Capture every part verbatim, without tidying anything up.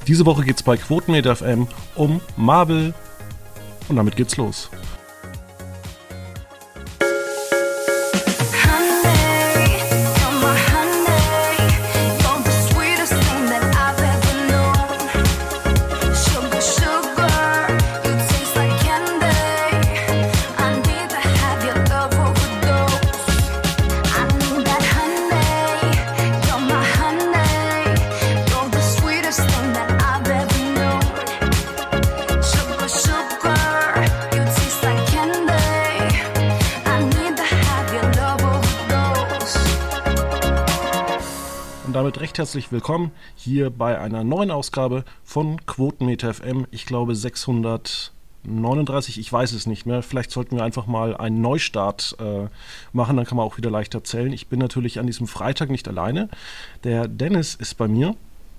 Diese Woche geht's bei Quotenmeter F M um Marvel und damit geht's los. Damit recht herzlich willkommen hier bei einer neuen Ausgabe von Quotenmeter F M. Ich glaube sechshundertneununddreißig, ich weiß es nicht mehr. Vielleicht sollten wir einfach mal einen Neustart äh, machen, dann kann man auch wieder leichter zählen. Ich bin natürlich an diesem Freitag nicht alleine. Der Dennis ist bei mir.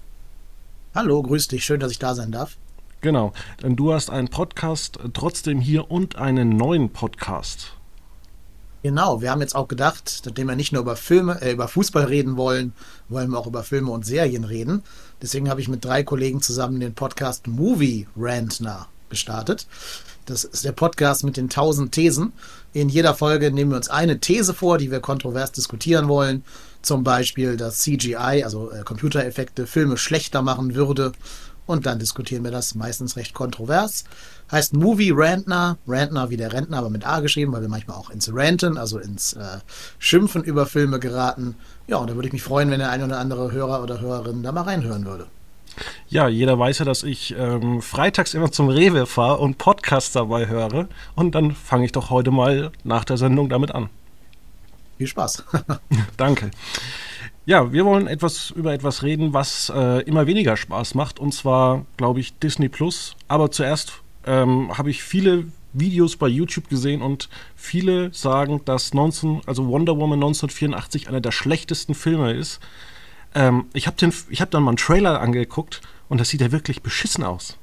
Hallo, grüß dich, schön, dass ich da sein darf. Genau, denn du hast einen Podcast trotzdem hier und einen neuen Podcast. Genau, wir haben jetzt auch gedacht, nachdem wir nicht nur über Filme, äh, über Fußball reden wollen, wollen wir auch über Filme und Serien reden. Deswegen habe ich mit drei Kollegen zusammen den Podcast Movie Rantner gestartet. Das ist der Podcast mit den tausend Thesen. In jeder Folge nehmen wir uns eine These vor, die wir kontrovers diskutieren wollen. Zum Beispiel, dass C G I, also äh, Computereffekte, Filme schlechter machen würde. Und dann diskutieren wir das meistens recht kontrovers. Heißt Movie Rantner, Rantner wie der Rentner, aber mit A geschrieben, weil wir manchmal auch ins Ranten, also ins äh, Schimpfen über Filme geraten. Ja, und da würde ich mich freuen, wenn der ein oder andere Hörer oder Hörerin da mal reinhören würde. Ja, jeder weiß ja, dass ich ähm, freitags immer zum Rewe fahre und Podcasts dabei höre. Und dann fange ich doch heute mal nach der Sendung damit an. Viel Spaß. Danke. Ja, wir wollen etwas über etwas reden, was äh, immer weniger Spaß macht, und zwar, glaube ich, Disney Plus. Aber zuerst ähm, habe ich viele Videos bei YouTube gesehen und viele sagen, dass neunzehn, also Wonder Woman neunzehnhundertvierundachtzig einer der schlechtesten Filme ist. Ähm, ich habe den, ich habe dann mal einen Trailer angeguckt und das sieht ja wirklich beschissen aus.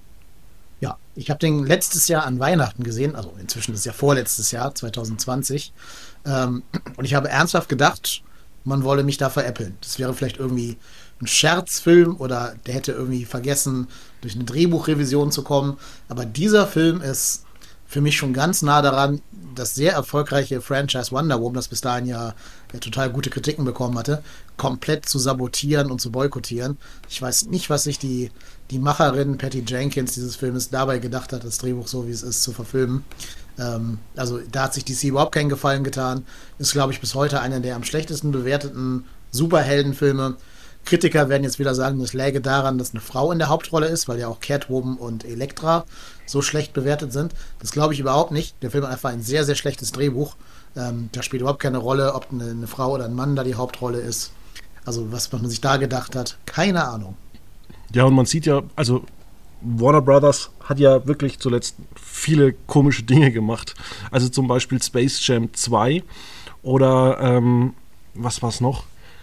Ja, ich habe den letztes Jahr an Weihnachten gesehen, also inzwischen ist es ja vorletztes Jahr, zwanzig zwanzig. Ähm, und ich habe ernsthaft gedacht, man wolle mich da veräppeln. Das wäre vielleicht irgendwie ein Scherzfilm oder der hätte irgendwie vergessen, durch eine Drehbuchrevision zu kommen. Aber dieser Film ist für mich schon ganz nah daran, das sehr erfolgreiche Franchise Wonder Woman, das bis dahin ja, ja total gute Kritiken bekommen hatte, komplett zu sabotieren und zu boykottieren. Ich weiß nicht, was sich die, die Macherin Patty Jenkins dieses Filmes dabei gedacht hat, das Drehbuch so wie es ist zu verfilmen. Ähm, also da hat sich D C überhaupt keinen Gefallen getan. Ist, glaube ich, bis heute einer der am schlechtesten bewerteten Superheldenfilme. Kritiker werden jetzt wieder sagen, das läge daran, dass eine Frau in der Hauptrolle ist, weil ja auch Catwoman und Elektra so schlecht bewertet sind. Das glaube ich überhaupt nicht. Der Film hat einfach ein sehr, sehr schlechtes Drehbuch. Ähm, da spielt überhaupt keine Rolle, ob eine, eine Frau oder ein Mann da die Hauptrolle ist. Also was, was man sich da gedacht hat, keine Ahnung. Ja, und man sieht ja, also Warner Brothers hat ja wirklich zuletzt viele komische Dinge gemacht. Also zum Beispiel Space Jam zwei oder ähm, was war's noch?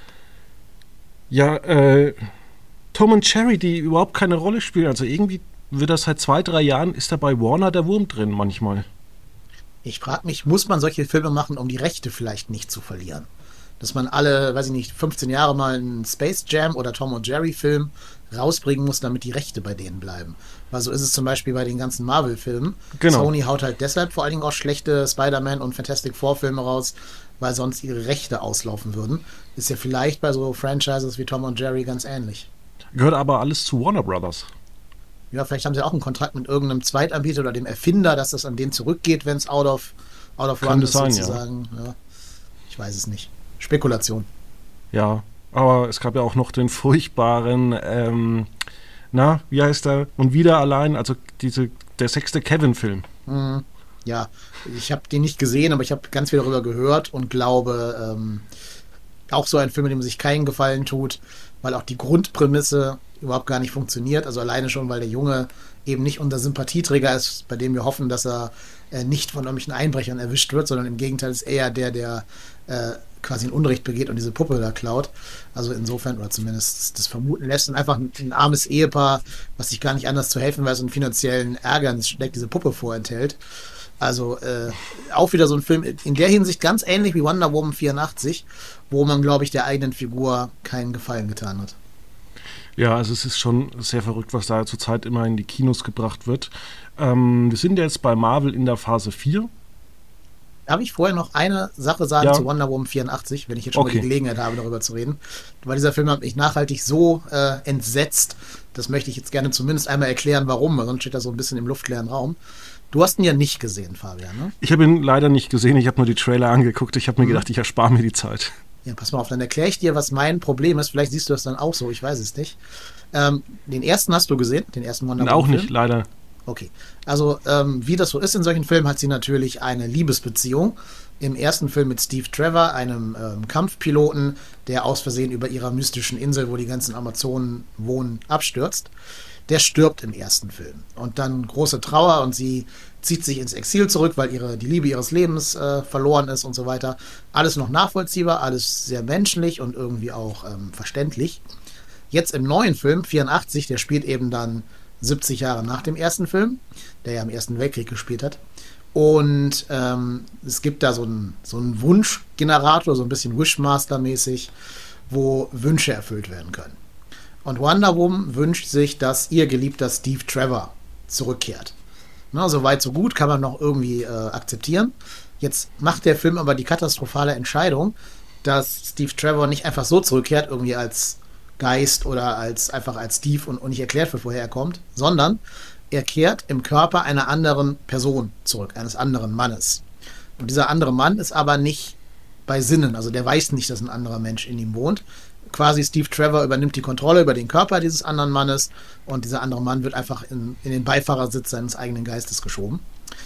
Ja, äh, Tom und Jerry, die überhaupt keine Rolle spielen. Also irgendwie wird das seit zwei, drei Jahren, ist da bei Warner der Wurm drin manchmal. Ich frage mich, muss man solche Filme machen, um die Rechte vielleicht nicht zu verlieren? Dass man alle, weiß ich nicht, fünfzehn Jahre mal einen Space Jam oder Tom und Jerry Film rausbringen muss, damit die Rechte bei denen bleiben. Weil so ist es zum Beispiel bei den ganzen Marvel-Filmen. Genau. Sony haut halt deshalb vor allen Dingen auch schlechte Spider-Man und Fantastic Four Filme raus, weil sonst ihre Rechte auslaufen würden. Ist ja vielleicht bei so Franchises wie Tom und Jerry ganz ähnlich. Gehört aber alles zu Warner Brothers. Ja, vielleicht haben sie auch einen Kontrakt mit irgendeinem Zweitanbieter oder dem Erfinder, dass das an den zurückgeht, wenn es out of, out of run ist, sozusagen. Ja. Ja. Ich weiß es nicht. Spekulation. Ja, aber es gab ja auch noch den furchtbaren, ähm, na, wie heißt der? Und wieder allein, also diese, der sechste Kevin-Film. Mhm. Ja, ich habe den nicht gesehen, aber ich habe ganz viel darüber gehört und glaube, ähm, auch so ein Film, mit dem sich keinen Gefallen tut, weil auch die Grundprämisse überhaupt gar nicht funktioniert. Also alleine schon, weil der Junge eben nicht unser Sympathieträger ist, bei dem wir hoffen, dass er äh, nicht von irgendwelchen Einbrechern erwischt wird, sondern im Gegenteil ist er der, der äh, quasi ein Unrecht begeht und diese Puppe da klaut. Also insofern, oder zumindest das vermuten lässt, und einfach ein, ein armes Ehepaar, was sich gar nicht anders zu helfen weiß und finanziellen Ärgern steckt, diese Puppe vorenthält. Also äh, auch wieder so ein Film in der Hinsicht ganz ähnlich wie Wonder Woman vierundachtzig, wo man, glaube ich, der eigenen Figur keinen Gefallen getan hat. Ja, also es ist schon sehr verrückt, was da zurzeit immer in die Kinos gebracht wird. Ähm, wir sind jetzt bei Marvel in der Phase vier. Darf ich vorher noch eine Sache sagen Ja, zu Wonder Woman vierundachtzig, wenn ich jetzt schon mal die okay. Gelegenheit habe, darüber zu reden? Weil dieser Film hat mich nachhaltig so äh, entsetzt. Das möchte ich jetzt gerne zumindest einmal erklären, warum, weil sonst steht er so ein bisschen im luftleeren Raum. Du hast ihn ja nicht gesehen, Fabian, ne? Ich habe ihn leider nicht gesehen, ich habe nur die Trailer angeguckt. Ich habe mir Mhm. gedacht, ich erspare mir die Zeit. Ja, pass mal auf, dann erkläre ich dir, was mein Problem ist. Vielleicht siehst du das dann auch so, ich weiß es nicht. Ähm, den ersten hast du gesehen, den ersten Wonder Auch Woman-Film? nicht, leider. Okay. Also, ähm, wie das so ist in solchen Filmen, hat sie natürlich eine Liebesbeziehung. Im ersten Film mit Steve Trevor, einem ähm, Kampfpiloten, der aus Versehen über ihrer mystischen Insel, wo die ganzen Amazonen wohnen, abstürzt. Der stirbt im ersten Film. Und dann große Trauer und sie zieht sich ins Exil zurück, weil ihre, die Liebe ihres Lebens äh, verloren ist und so weiter. Alles noch nachvollziehbar, alles sehr menschlich und irgendwie auch ähm, verständlich. Jetzt im neuen Film, vierundachtzig, der spielt eben dann siebzig Jahre nach dem ersten Film, der ja im Ersten Weltkrieg gespielt hat. Und ähm, es gibt da so einen, so einen Wunschgenerator, so ein bisschen Wishmaster-mäßig, wo Wünsche erfüllt werden können. Und Wonder Woman wünscht sich, dass ihr geliebter Steve Trevor zurückkehrt. Na, so weit, so gut, kann man noch irgendwie äh, akzeptieren. Jetzt macht der Film aber die katastrophale Entscheidung, dass Steve Trevor nicht einfach so zurückkehrt, irgendwie als Geist oder als einfach als Steve und, und nicht erklärt wird, woher er kommt, sondern er kehrt im Körper einer anderen Person zurück, eines anderen Mannes. Und dieser andere Mann ist aber nicht bei Sinnen, also der weiß nicht, dass ein anderer Mensch in ihm wohnt. Quasi Steve Trevor übernimmt die Kontrolle über den Körper dieses anderen Mannes und dieser andere Mann wird einfach in, in den Beifahrersitz seines eigenen Geistes geschoben.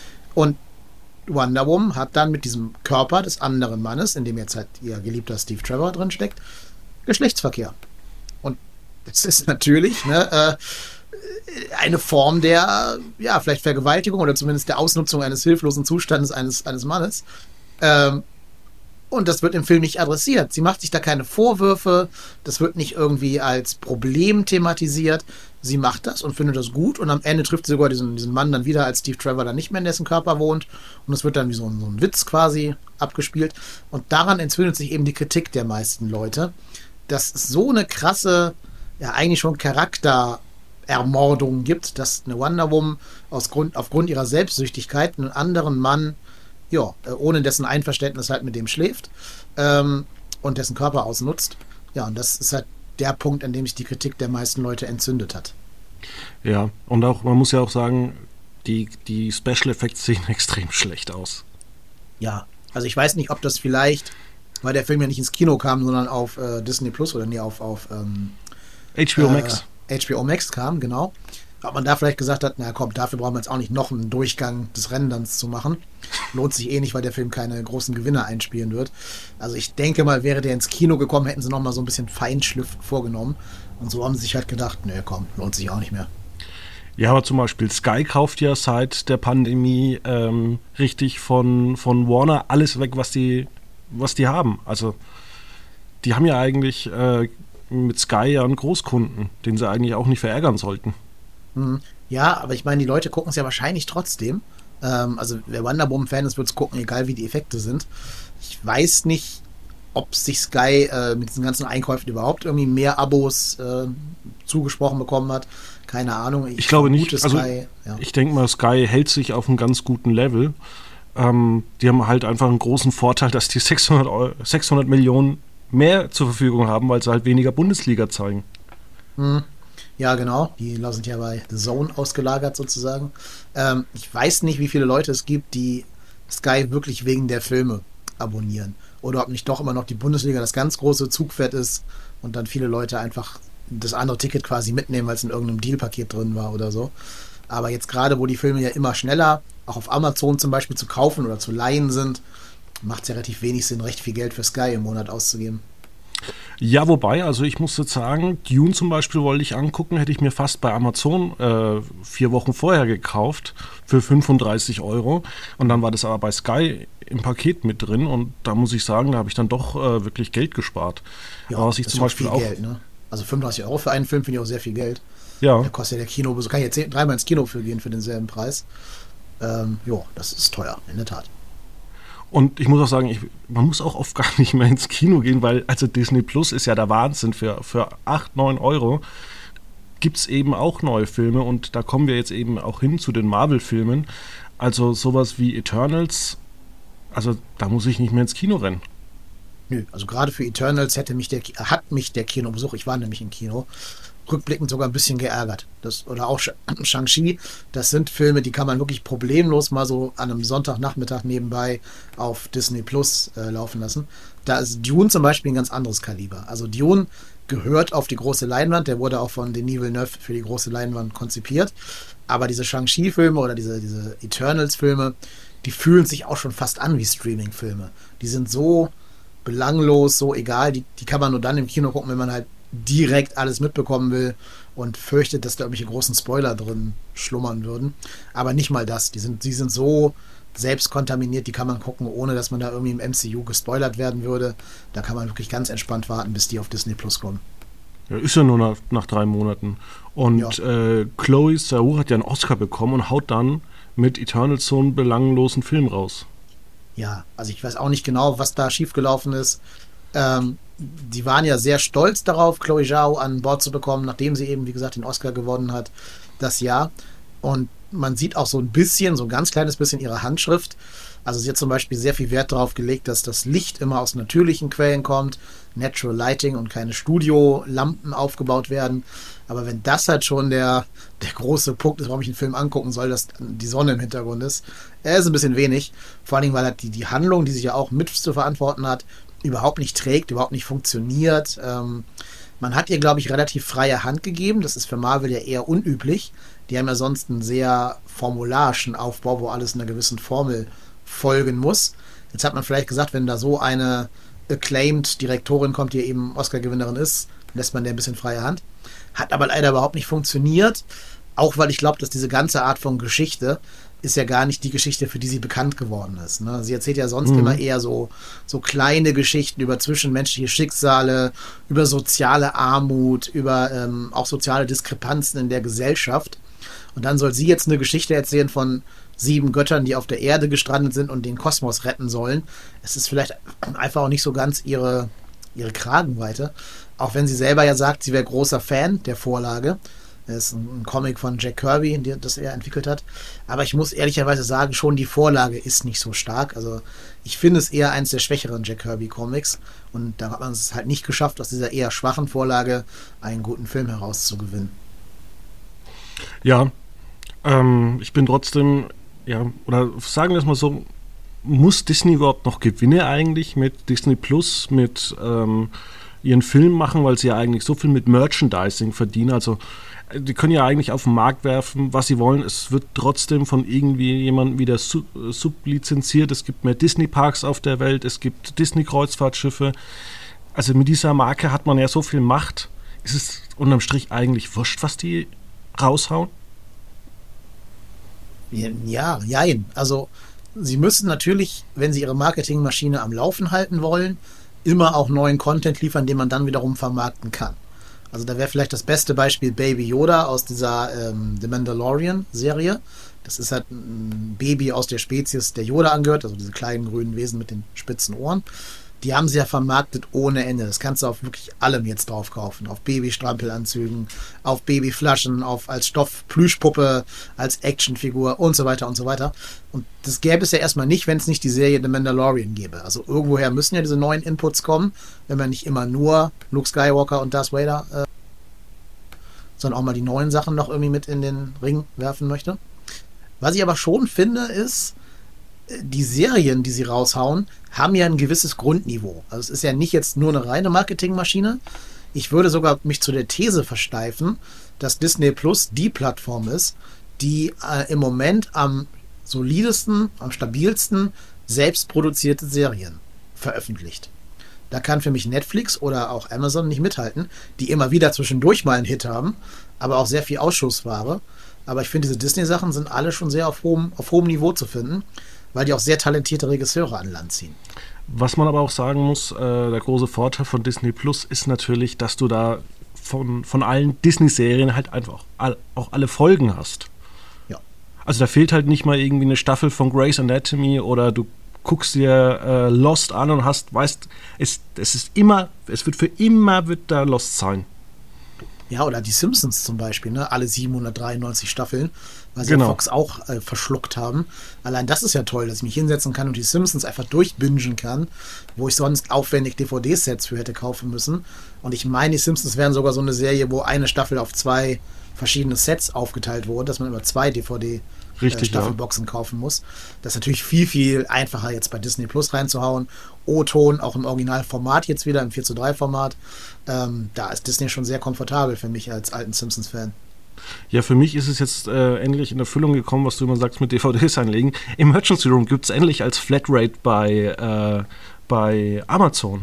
Und Wonder Woman hat dann mit diesem Körper des anderen Mannes, in dem jetzt halt ihr geliebter Steve Trevor drin steckt, Geschlechtsverkehr. Und das ist natürlich ne, äh, eine Form der, ja, vielleicht Vergewaltigung oder zumindest der Ausnutzung eines hilflosen Zustandes eines, eines Mannes. Ähm, und das wird im Film nicht adressiert. Sie macht sich da keine Vorwürfe, das wird nicht irgendwie als Problem thematisiert. Sie macht das und findet das gut und am Ende trifft sie sogar diesen, diesen Mann dann wieder, als Steve Trevor dann nicht mehr in dessen Körper wohnt und es wird dann wie so ein, so ein Witz quasi abgespielt. Und daran entzündet sich eben die Kritik der meisten Leute, dass es so eine krasse, ja eigentlich schon Charakterermordung gibt, dass eine Wonder Woman aus Grund, aufgrund ihrer Selbstsüchtigkeit einen anderen Mann, ja, ohne dessen Einverständnis halt mit dem schläft ähm, und dessen Körper ausnutzt. Ja, und das ist halt der Punkt, an dem sich die Kritik der meisten Leute entzündet hat. Ja, und auch, man muss ja auch sagen, die, die Special Effects sehen extrem schlecht aus. Ja, also ich weiß nicht, ob das vielleicht, weil der Film ja nicht ins Kino kam, sondern auf äh, Disney Plus oder nee, auf, auf ähm, H B O Max. äh, H B O Max kam, genau. Ob man da vielleicht gesagt hat, na komm, dafür brauchen wir jetzt auch nicht noch einen Durchgang des Renderns zu machen. Lohnt sich eh nicht, weil der Film keine großen Gewinne einspielen wird. Also ich denke mal, wäre der ins Kino gekommen, hätten sie noch mal so ein bisschen Feinschliff vorgenommen. Und so haben sie sich halt gedacht, nee, komm, lohnt sich auch nicht mehr. Ja, aber zum Beispiel Sky kauft ja seit der Pandemie ähm, richtig von, von Warner alles weg, was die, was die haben. Also die haben ja eigentlich äh, mit Sky ja einen Großkunden, den sie eigentlich auch nicht verärgern sollten. Mhm. Ja, aber ich meine, die Leute gucken es ja wahrscheinlich trotzdem. Ähm, also wer Wonder Woman-Fan ist, wird es gucken, egal wie die Effekte sind. Ich weiß nicht, ob sich Sky äh, mit diesen ganzen Einkäufen überhaupt irgendwie mehr Abos äh, zugesprochen bekommen hat. Keine Ahnung. Ich, Ich glaube nicht. vermute Also Sky, ja. ich denke mal, Sky hält sich auf einem ganz guten Level. Ähm, die haben halt einfach einen großen Vorteil, dass die sechshundert, Euro, sechshundert Millionen mehr zur Verfügung haben, weil sie halt weniger Bundesliga zeigen. Hm. Ja, genau. Die sind ja bei The Zone ausgelagert sozusagen. Ähm, ich weiß nicht, wie viele Leute es gibt, die Sky wirklich wegen der Filme abonnieren. Oder ob nicht doch immer noch die Bundesliga das ganz große Zugpferd ist und dann viele Leute einfach das andere Ticket quasi mitnehmen, weil es in irgendeinem Dealpaket drin war oder so. Aber jetzt gerade, wo die Filme ja immer schneller, auch auf Amazon zum Beispiel zu kaufen oder zu leihen sind, macht es ja relativ wenig Sinn, recht viel Geld für Sky im Monat auszugeben. Ja, wobei, also ich muss jetzt sagen, Dune zum Beispiel wollte ich angucken, hätte ich mir fast bei Amazon äh, vier Wochen vorher gekauft für fünfunddreißig Euro und dann war das aber bei Sky im Paket mit drin und da muss ich sagen, da habe ich dann doch äh, wirklich Geld gespart. Ja, aber was ich das zum ist auch Beispiel viel auch, Geld, ne? Also fünfunddreißig Euro für einen Film finde ich auch sehr viel Geld. ja, Da kostet ja der Kinobesuch. Kann ich jetzt dreimal ins Kino für gehen für denselben Preis. Ähm, jo, das ist teuer, in der Tat. und ich muss auch sagen, ich, man muss auch oft gar nicht mehr ins Kino gehen, weil also Disney Plus ist ja der Wahnsinn für, für acht, neun Euro. gibt es eben auch neue Filme und da kommen wir jetzt eben auch hin zu den Marvel-Filmen. Also sowas wie Eternals, also da muss ich nicht mehr ins Kino rennen. Nö, also gerade für Eternals hätte mich der, hat mich der Kinobesuch, ich war nämlich im Kino, rückblickend sogar ein bisschen geärgert. Das, oder auch Shang-Chi, das sind Filme, die kann man wirklich problemlos mal so an einem Sonntagnachmittag nebenbei auf Disney Plus äh, laufen lassen. Da ist Dune zum Beispiel ein ganz anderes Kaliber. Also Dune gehört auf die große Leinwand, der wurde auch von Denis Villeneuve für die große Leinwand konzipiert. Aber diese Shang-Chi-Filme oder diese, diese Eternals-Filme, die fühlen sich auch schon fast an wie Streaming-Filme. Die sind so belanglos, so egal, die, die kann man nur dann im Kino gucken, wenn man halt direkt alles mitbekommen will und fürchtet, dass da irgendwelche großen Spoiler drin schlummern würden. Aber nicht mal das. Die sind, die sind so selbst kontaminiert, die kann man gucken, ohne dass man da irgendwie im M C U gespoilert werden würde. Da kann man wirklich ganz entspannt warten, bis die auf Disney Plus kommen. Ja, ist ja nur nach, nach drei Monaten. Und ja. äh, Chloe Zhao hat ja einen Oscar bekommen und haut dann mit Eternals so einen belanglosen Film raus. Ja, also ich weiß auch nicht genau, was da schiefgelaufen ist. Ähm, die waren ja sehr stolz darauf, Chloe Zhao an Bord zu bekommen, nachdem sie eben, wie gesagt, den Oscar gewonnen hat, das Jahr. Und man sieht auch so ein bisschen, so ein ganz kleines bisschen ihre Handschrift. Also sie hat zum Beispiel sehr viel Wert darauf gelegt, dass das Licht immer aus natürlichen Quellen kommt, Natural Lighting und keine Studiolampen aufgebaut werden. Aber wenn das halt schon der, der große Punkt ist, warum ich einen Film angucken soll, dass die Sonne im Hintergrund ist, er ist ein bisschen wenig. Vor allen Dingen, weil halt die, die Handlung, die sich ja auch mit zu verantworten hat, überhaupt nicht trägt, überhaupt nicht funktioniert. Ähm, man hat ihr, glaube ich, relativ freie Hand gegeben. Das ist für Marvel ja eher unüblich. Die haben ja sonst einen sehr formularischen Aufbau, wo alles einer gewissen Formel folgen muss. Jetzt hat man vielleicht gesagt, wenn da so eine acclaimed Direktorin kommt, die eben Oscar-Gewinnerin ist, lässt man der ein bisschen freie Hand. Hat aber leider überhaupt nicht funktioniert. Auch weil ich glaube, dass diese ganze Art von Geschichte ist ja gar nicht die Geschichte, für die sie bekannt geworden ist. Ne? Sie erzählt ja sonst mhm. immer eher so, so kleine Geschichten über zwischenmenschliche Schicksale, über soziale Armut, über ähm, auch soziale Diskrepanzen in der Gesellschaft. Und dann soll sie jetzt eine Geschichte erzählen von sieben Göttern, die auf der Erde gestrandet sind und den Kosmos retten sollen. Es ist vielleicht einfach auch nicht so ganz ihre, ihre Kragenweite. Auch wenn sie selber ja sagt, sie wäre großer Fan der Vorlage. Das ist ein Comic von Jack Kirby, das er entwickelt hat. Aber ich muss ehrlicherweise sagen, schon die Vorlage ist nicht so stark. Also ich finde es eher eins der schwächeren Jack Kirby Comics. Und da hat man es halt nicht geschafft, aus dieser eher schwachen Vorlage einen guten Film herauszugewinnen. Ja, ähm, ich bin trotzdem, ja, oder sagen wir es mal so, muss Disney überhaupt noch Gewinne eigentlich mit Disney Plus, mit ähm, ihren Filmen machen, weil sie ja eigentlich so viel mit Merchandising verdienen. Also die können ja eigentlich auf den Markt werfen, was sie wollen. Es wird trotzdem von irgendwie jemandem wieder sub- sublizenziert. Es gibt mehr Disney-Parks auf der Welt, es gibt Disney-Kreuzfahrtschiffe. Also mit dieser Marke hat man ja so viel Macht. Ist es unterm Strich eigentlich wurscht, was die raushauen? Ja, jein. Also sie müssen natürlich, wenn sie ihre Marketingmaschine am Laufen halten wollen, immer auch neuen Content liefern, den man dann wiederum vermarkten kann. Also da wäre vielleicht das beste Beispiel Baby Yoda aus dieser ähm, The Mandalorian-Serie. Das ist halt ein Baby aus der Spezies, der Yoda angehört, also diese kleinen grünen Wesen mit den spitzen Ohren. Die haben sie ja vermarktet ohne Ende. Das kannst du auf wirklich allem jetzt drauf kaufen. Auf Baby-Strampelanzügen, auf Babyflaschen, auf als Stoff-Plüschpuppe, als Actionfigur und so weiter und so weiter. Und das gäbe es ja erstmal nicht, wenn es nicht die Serie The Mandalorian gäbe. Also irgendwoher müssen ja diese neuen Inputs kommen, wenn man nicht immer nur Luke Skywalker und Darth Vader, äh, sondern auch mal die neuen Sachen noch irgendwie mit in den Ring werfen möchte. Was ich aber schon finde, ist, die Serien, die sie raushauen, haben ja ein gewisses Grundniveau. Also es ist ja nicht jetzt nur eine reine Marketingmaschine. Ich würde sogar mich zu der These versteifen, dass Disney Plus die Plattform ist, die äh, im Moment am solidesten, am stabilsten selbstproduzierte Serien veröffentlicht. Da kann für mich Netflix oder auch Amazon nicht mithalten, die immer wieder zwischendurch mal einen Hit haben, aber auch sehr viel Ausschussware. Aber ich finde, diese Disney-Sachen sind alle schon sehr auf hohem, auf hohem Niveau zu finden, weil die auch sehr talentierte Regisseure an Land ziehen. Was man aber auch sagen muss, äh, der große Vorteil von Disney Plus ist natürlich, dass du da von, von allen Disney-Serien halt einfach all, auch alle Folgen hast. Ja. Also da fehlt halt nicht mal irgendwie eine Staffel von Grey's Anatomy oder du guckst dir äh, Lost an und hast, weißt, es, es ist immer, es wird für immer wird da Lost sein. Ja, oder die Simpsons zum Beispiel, ne? Alle siebenhundertdreiundneunzig Staffeln, weil sie Genau. ja Fox auch äh, verschluckt haben. Allein das ist ja toll, dass ich mich hinsetzen kann und die Simpsons einfach durchbingen kann, wo ich sonst aufwendig D V D-Sets für hätte kaufen müssen. Und ich meine, die Simpsons wären sogar so eine Serie, wo eine Staffel auf zwei verschiedene Sets aufgeteilt wurde, dass man immer zwei D V D Richtig, ja. Staffelboxen kaufen muss. Das ist natürlich viel, viel einfacher jetzt bei Disney Plus reinzuhauen. O-Ton, auch im Originalformat jetzt wieder, im vier zu drei Format. Ähm, da ist Disney schon sehr komfortabel für mich als alten Simpsons-Fan. Ja, für mich ist es jetzt äh, endlich in Erfüllung gekommen, was du immer sagst mit D V Ds einlegen. Emergency Room gibt es endlich als Flatrate bei, äh, bei Amazon.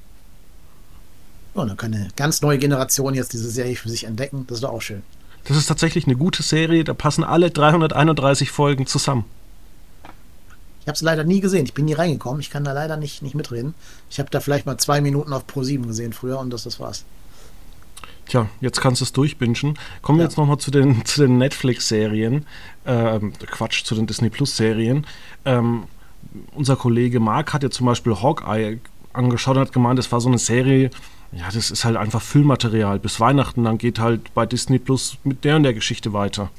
Ja, dann kann eine ganz neue Generation jetzt diese Serie für sich entdecken. Das ist doch auch schön. Das ist tatsächlich eine gute Serie, da passen alle dreihunderteinunddreißig Folgen zusammen. Ich habe es leider nie gesehen. Ich bin nie reingekommen. Ich kann da leider nicht, nicht mitreden. Ich habe da vielleicht mal zwei Minuten auf Pro sieben gesehen früher und das, das war's. Tja, jetzt kannst du es durchbingen. Kommen wir Ja. jetzt nochmal zu den, zu den Netflix-Serien. Ähm, Quatsch, zu den Disney Plus-Serien. Ähm, unser Kollege Marc hat ja zum Beispiel Hawkeye angeschaut und hat gemeint, das war so eine Serie, ja, das ist halt einfach Füllmaterial bis Weihnachten. Dann geht halt bei Disney Plus mit der und der Geschichte weiter.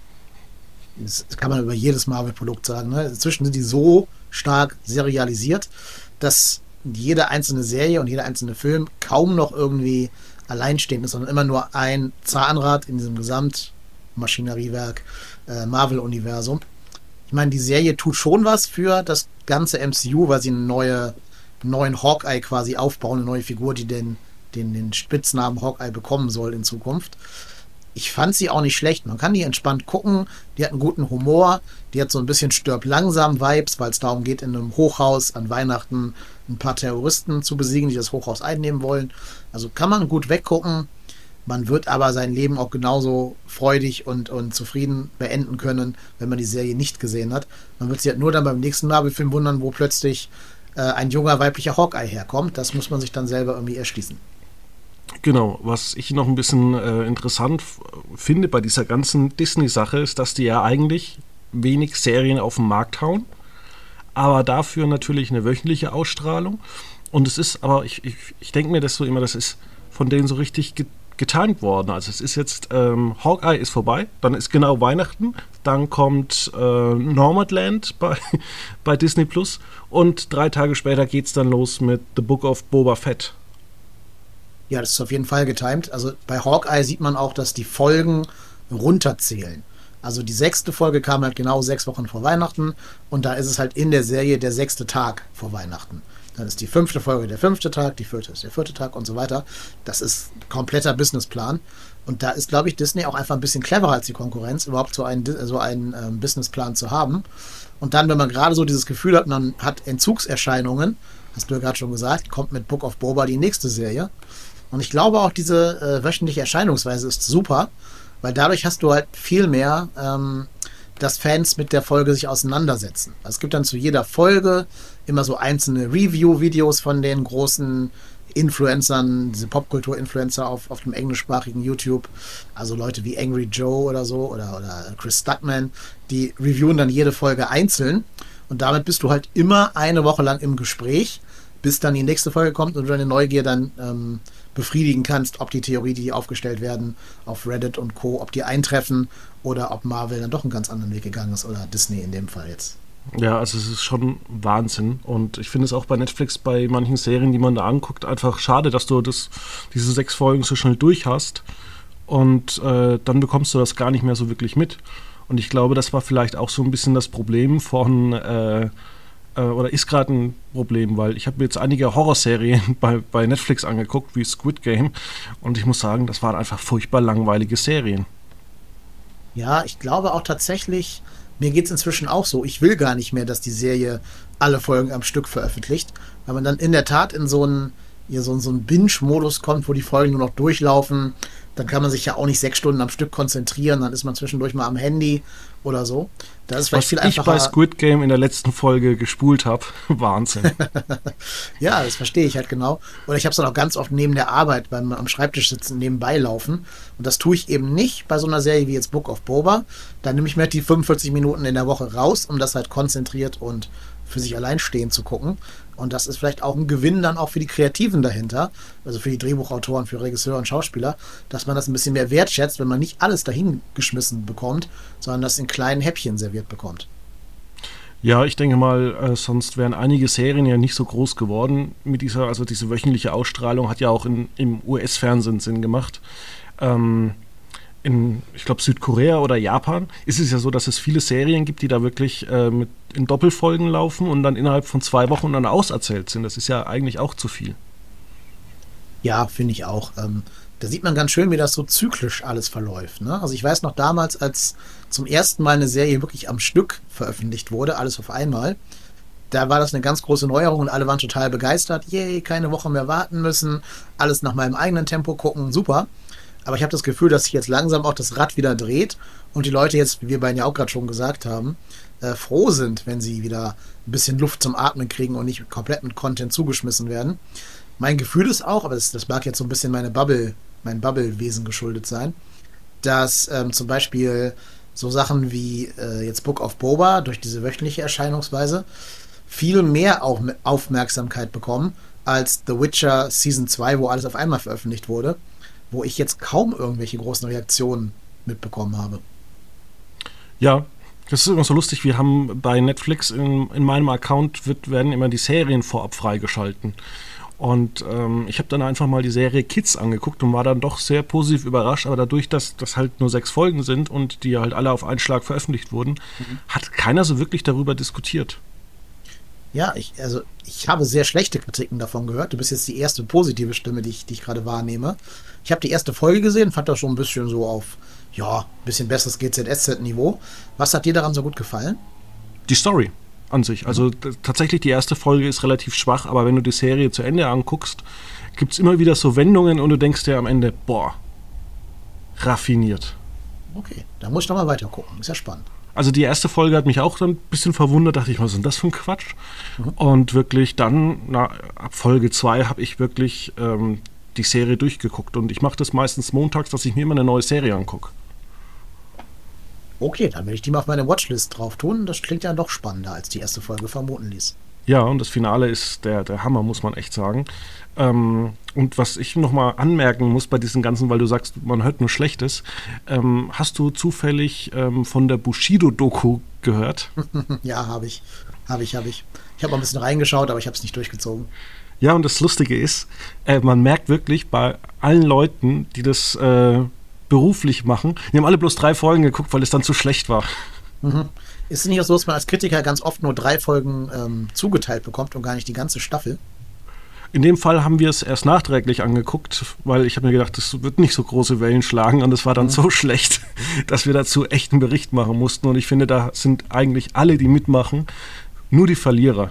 Das kann man über jedes Marvel-Produkt sagen. Ne? Inzwischen sind die so stark serialisiert, dass jede einzelne Serie und jeder einzelne Film kaum noch irgendwie alleinstehend ist, sondern immer nur ein Zahnrad in diesem Gesamtmaschineriewerk äh, Marvel-Universum. Ich meine, die Serie tut schon was für das ganze M C U, weil sie eine neue, einen neuen Hawkeye quasi aufbauen, eine neue Figur, die den, den, den Spitznamen Hawkeye bekommen soll in Zukunft. Ich fand sie auch nicht schlecht. Man kann die entspannt gucken. Die hat einen guten Humor. Die hat so ein bisschen Stirb-langsam-Vibes, weil es darum geht, in einem Hochhaus an Weihnachten ein paar Terroristen zu besiegen, die das Hochhaus einnehmen wollen. Also kann man gut weggucken. Man wird aber sein Leben auch genauso freudig und, und zufrieden beenden können, wenn man die Serie nicht gesehen hat. Man wird sich halt nur dann beim nächsten Marvel-Film wundern, wo plötzlich äh, ein junger weiblicher Hawkeye herkommt. Das muss man sich dann selber irgendwie erschließen. Genau, was ich noch ein bisschen äh, interessant f- finde bei dieser ganzen Disney-Sache, ist, dass die ja eigentlich wenig Serien auf den Markt hauen, aber dafür natürlich eine wöchentliche Ausstrahlung. Und es ist, aber ich, ich, ich denke mir das so immer, das ist von denen so richtig ge- getimt worden. Also es ist jetzt, ähm, Hawkeye ist vorbei, dann ist genau Weihnachten, dann kommt äh, Nomadland bei, bei Disney Plus und drei Tage später geht es dann los mit The Book of Boba Fett. Ja, das ist auf jeden Fall getimt. Also bei Hawkeye sieht man auch, dass die Folgen runterzählen. Also die sechste Folge kam halt genau sechs Wochen vor Weihnachten und da ist es halt in der Serie der sechste Tag vor Weihnachten. Dann ist die fünfte Folge der fünfte Tag, die vierte ist der vierte Tag und so weiter. Das ist kompletter Businessplan. Und da ist, glaube ich, Disney auch einfach ein bisschen cleverer als die Konkurrenz, überhaupt so einen, so einen ähm, Businessplan zu haben. Und dann, wenn man gerade so dieses Gefühl hat, man hat Entzugserscheinungen, hast du ja gerade schon gesagt, kommt mit Book of Boba die nächste Serie. Und ich glaube auch, diese äh, wöchentliche Erscheinungsweise ist super, weil dadurch hast du halt viel mehr, ähm, dass Fans mit der Folge sich auseinandersetzen. Also es gibt dann zu jeder Folge immer so einzelne Review-Videos von den großen Influencern, diese Popkultur-Influencer auf, auf dem englischsprachigen YouTube. Also Leute wie Angry Joe oder so oder, oder Chris Stuckman, die reviewen dann jede Folge einzeln. Und damit bist du halt immer eine Woche lang im Gespräch, bis dann die nächste Folge kommt und du deine Neugier dann ähm, befriedigen kannst, ob die Theorie, die aufgestellt werden auf Reddit und Co., ob die eintreffen oder ob Marvel dann doch einen ganz anderen Weg gegangen ist oder Disney in dem Fall jetzt. Ja, also es ist schon Wahnsinn. Und ich finde es auch bei Netflix, bei manchen Serien, die man da anguckt, einfach schade, dass du das, diese sechs Folgen so schnell durch hast. Und äh, dann bekommst du das gar nicht mehr so wirklich mit. Und ich glaube, das war vielleicht auch so ein bisschen das Problem von, äh, äh, oder ist gerade ein Problem, weil ich habe mir jetzt einige Horrorserien bei, bei Netflix angeguckt, wie Squid Game. Und ich muss sagen, das waren einfach furchtbar langweilige Serien. Ja, ich glaube auch tatsächlich, mir geht es inzwischen auch so, ich will gar nicht mehr, dass die Serie alle Folgen am Stück veröffentlicht, weil man dann in der Tat in so einen, ja, so, so einen Binge-Modus kommt, wo die Folgen nur noch durchlaufen. Dann kann man sich ja auch nicht sechs Stunden am Stück konzentrieren, dann ist man zwischendurch mal am Handy oder so. Das ist vielleicht Was viel ich einfacher. bei Squid Game in der letzten Folge gespult habe, Wahnsinn. Ja, das verstehe ich halt genau. Oder ich habe es dann auch ganz oft neben der Arbeit beim am Schreibtisch sitzen, nebenbei laufen. Und das tue ich eben nicht bei so einer Serie wie jetzt Book of Boba. Da nehme ich mir halt die fünfundvierzig Minuten in der Woche raus, um das halt konzentriert und für sich allein stehen zu gucken. Und das ist vielleicht auch ein Gewinn dann auch für die Kreativen dahinter, also für die Drehbuchautoren, für Regisseure und Schauspieler, dass man das ein bisschen mehr wertschätzt, wenn man nicht alles dahin geschmissen bekommt, sondern das in kleinen Häppchen serviert bekommt. Ja, ich denke mal, äh, sonst wären einige Serien ja nicht so groß geworden mit dieser, also diese wöchentliche Ausstrahlung hat ja auch in, im U S-Fernsehen Sinn gemacht. Ähm, in, ich glaube, Südkorea oder Japan ist es ja so, dass es viele Serien gibt, die da wirklich äh, mit in Doppelfolgen laufen und dann innerhalb von zwei Wochen dann auserzählt sind. Das ist ja eigentlich auch zu viel. Ja, finde ich auch. Ähm, da sieht man ganz schön, wie das so zyklisch alles verläuft. Ne? Also ich weiß noch damals, als zum ersten Mal eine Serie wirklich am Stück veröffentlicht wurde, alles auf einmal, da war das eine ganz große Neuerung und alle waren total begeistert. Yay, keine Woche mehr warten müssen, alles nach meinem eigenen Tempo gucken, super. Aber ich habe das Gefühl, dass sich jetzt langsam auch das Rad wieder dreht und die Leute jetzt, wie wir beiden ja auch gerade schon gesagt haben, äh, froh sind, wenn sie wieder ein bisschen Luft zum Atmen kriegen und nicht komplett mit Content zugeschmissen werden. Mein Gefühl ist auch, aber das, das mag jetzt so ein bisschen meine Bubble, mein Bubble-Wesen geschuldet sein, dass ähm, zum Beispiel so Sachen wie äh, jetzt Book of Boba durch diese wöchentliche Erscheinungsweise viel mehr auch Aufmerksamkeit bekommen als The Witcher Season zwei, wo alles auf einmal veröffentlicht wurde, wo ich jetzt kaum irgendwelche großen Reaktionen mitbekommen habe. Ja, das ist immer so lustig. Wir haben bei Netflix in, in meinem Account wird, werden immer die Serien vorab freigeschalten. Und ähm, ich habe dann einfach mal die Serie Kids angeguckt und war dann doch sehr positiv überrascht. Aber dadurch, dass das halt nur sechs Folgen sind und die halt alle auf einen Schlag veröffentlicht wurden, mhm. hat keiner so wirklich darüber diskutiert. Ja, ich, also ich habe sehr schlechte Kritiken davon gehört. Du bist jetzt die erste positive Stimme, die ich, die ich gerade wahrnehme. Ich habe die erste Folge gesehen, fand das schon ein bisschen so auf, ja, ein bisschen besseres G Z S Z-Niveau. Was hat dir daran so gut gefallen? Die Story an sich. Also d- tatsächlich die erste Folge ist relativ schwach, aber wenn du die Serie zu Ende anguckst, gibt es immer wieder so Wendungen und du denkst dir am Ende, boah, raffiniert. Okay, da muss ich noch mal weiter gucken. Ist ja spannend. Also die erste Folge hat mich auch dann ein bisschen verwundert, dachte ich, was ist denn das für ein Quatsch? Mhm. Und wirklich dann, na, ab Folge zwei habe ich wirklich ähm, die Serie durchgeguckt. Und ich mache das meistens montags, dass ich mir immer eine neue Serie angucke. Okay, dann werde ich die mal auf meine Watchlist drauf tun. Das klingt ja doch spannender, als die erste Folge vermuten ließ. Ja, und das Finale ist der, der Hammer, muss man echt sagen. Ähm, und was ich nochmal anmerken muss bei diesen ganzen, weil du sagst, man hört nur Schlechtes, ähm, hast du zufällig ähm, von der Bushido-Doku gehört? Ja, habe ich. Habe ich, habe ich. Ich habe mal ein bisschen reingeschaut, aber ich habe es nicht durchgezogen. Ja, und das Lustige ist, äh, man merkt wirklich bei allen Leuten, die das äh, beruflich machen, die haben alle bloß drei Folgen geguckt, weil es dann zu schlecht war. Mhm. Ist es nicht auch so, dass man als Kritiker ganz oft nur drei Folgen ähm, zugeteilt bekommt und gar nicht die ganze Staffel? In dem Fall haben wir es erst nachträglich angeguckt, weil ich habe mir gedacht, das wird nicht so große Wellen schlagen und es war dann mhm. so schlecht, dass wir dazu echt einen Bericht machen mussten. Und ich finde, da sind eigentlich alle, die mitmachen, nur die Verlierer.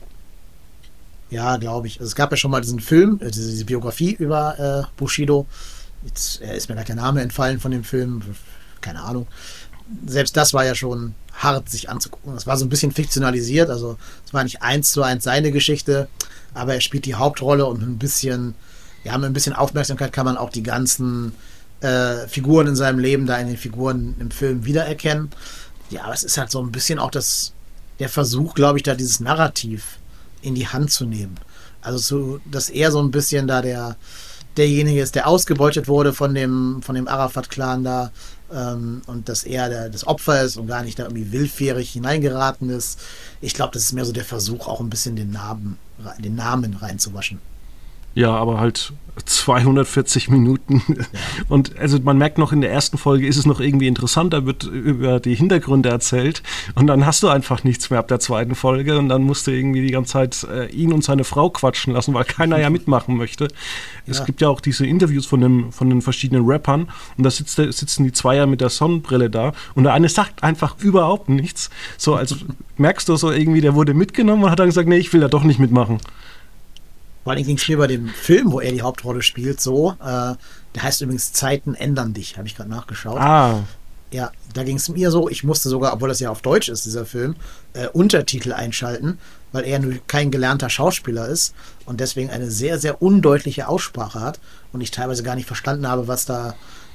Ja, glaube ich. Also es gab ja schon mal diesen Film, äh, diese, diese Biografie über äh, Bushido. Jetzt äh, ist mir gleich der Name entfallen von dem Film. Keine Ahnung. Selbst das war ja schon hart, sich anzugucken. Das war so ein bisschen fiktionalisiert. Also es war nicht eins zu eins seine Geschichte, aber er spielt die Hauptrolle und ein bisschen, ja, mit ein bisschen Aufmerksamkeit kann man auch die ganzen äh, Figuren in seinem Leben da in den Figuren im Film wiedererkennen. Ja, aber es ist halt so ein bisschen auch das, der Versuch, glaube ich, da dieses Narrativ in die Hand zu nehmen. Also so, dass er so ein bisschen da der derjenige ist, der ausgebeutet wurde von dem, von dem Arafat-Clan da, ähm, und dass er der, das Opfer ist und gar nicht da irgendwie willfährig hineingeraten ist. Ich glaube, das ist mehr so der Versuch, auch ein bisschen den Namen, den Namen reinzuwaschen. Ja, aber halt zweihundertvierzig Minuten. Ja. Und also man merkt noch, in der ersten Folge ist es noch irgendwie interessant, da wird über die Hintergründe erzählt und dann hast du einfach nichts mehr ab der zweiten Folge und dann musst du irgendwie die ganze Zeit äh, ihn und seine Frau quatschen lassen, weil keiner ja mitmachen möchte. Ja. Es gibt ja auch diese Interviews von, dem, von den verschiedenen Rappern und da sitzt, sitzen die Zweier mit der Sonnenbrille da und der eine sagt einfach überhaupt nichts. So, also merkst du so irgendwie, der wurde mitgenommen und hat dann gesagt, nee, ich will da doch nicht mitmachen. Vor allem ging es mir bei dem Film, wo er die Hauptrolle spielt, so, äh, der heißt übrigens Zeiten ändern dich, habe ich gerade nachgeschaut. Ah. Ja, da ging es mir so, ich musste sogar, obwohl das ja auf Deutsch ist, dieser Film, äh, Untertitel einschalten, weil er nur kein gelernter Schauspieler ist und deswegen eine sehr, sehr undeutliche Aussprache hat und ich teilweise gar nicht verstanden habe, was da